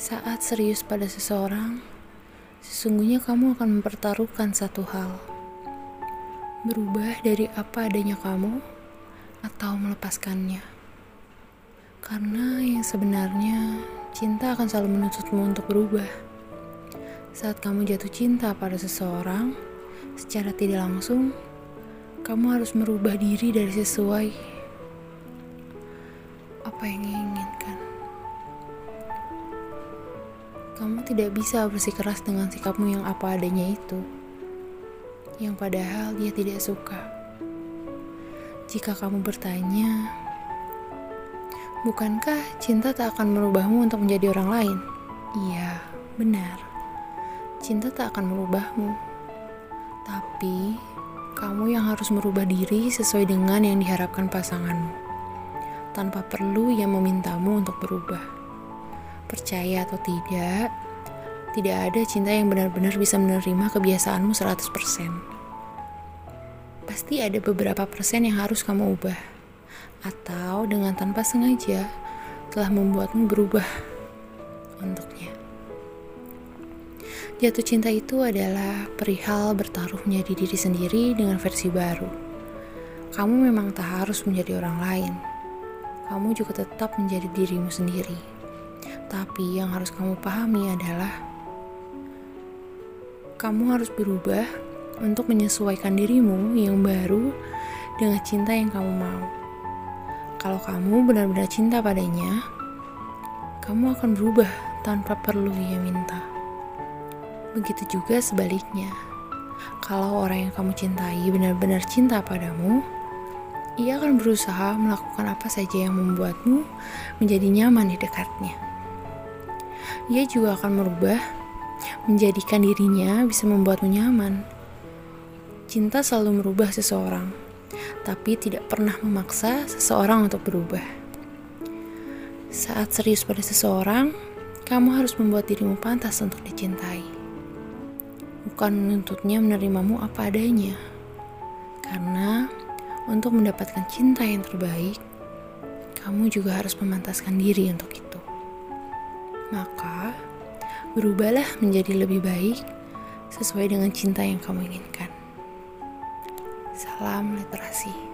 Saat serius pada seseorang, sesungguhnya kamu akan mempertaruhkan satu hal. Berubah dari apa adanya kamu atau melepaskannya. Karena yang sebenarnya, cinta akan selalu menuntutmu untuk berubah. Saat kamu jatuh cinta pada seseorang, secara tidak langsung, kamu harus merubah diri dari sesuai apa yang diinginkan. Kamu tidak bisa bersikeras dengan sikapmu yang apa adanya itu, yang padahal dia tidak suka. Jika kamu bertanya, bukankah cinta tak akan merubahmu untuk menjadi orang lain? Iya, benar. Cinta tak akan merubahmu. Tapi, kamu yang harus merubah diri sesuai dengan yang diharapkan pasanganmu, tanpa perlu ia memintamu untuk berubah. Percaya atau tidak ada cinta yang benar-benar bisa menerima kebiasaanmu 100%. Pasti ada beberapa persen yang harus kamu ubah, atau dengan tanpa sengaja telah membuatmu berubah untuknya. Jatuh cinta itu adalah perihal bertaruh menjadi diri sendiri dengan versi baru. Kamu memang tak harus menjadi orang lain. Kamu juga tetap menjadi dirimu sendiri. Tapi yang harus kamu pahami adalah kamu harus berubah untuk menyesuaikan dirimu yang baru dengan cinta yang kamu mau. Kalau kamu benar-benar cinta padanya, kamu akan berubah tanpa perlu ia minta. Begitu juga sebaliknya. Kalau orang yang kamu cintai benar-benar cinta padamu, ia akan berusaha melakukan apa saja yang membuatmu menjadi nyaman di dekatnya. Ia juga akan merubah, menjadikan dirinya bisa membuatmu nyaman. Cinta selalu merubah seseorang, tapi tidak pernah memaksa seseorang untuk berubah. Saat serius pada seseorang, kamu harus membuat dirimu pantas untuk dicintai. Bukan menuntutnya menerimamu apa adanya. Karena untuk mendapatkan cinta yang terbaik, kamu juga harus memantaskan diri untuk itu. Maka, berubahlah menjadi lebih baik sesuai dengan cinta yang kamu inginkan. Salam literasi.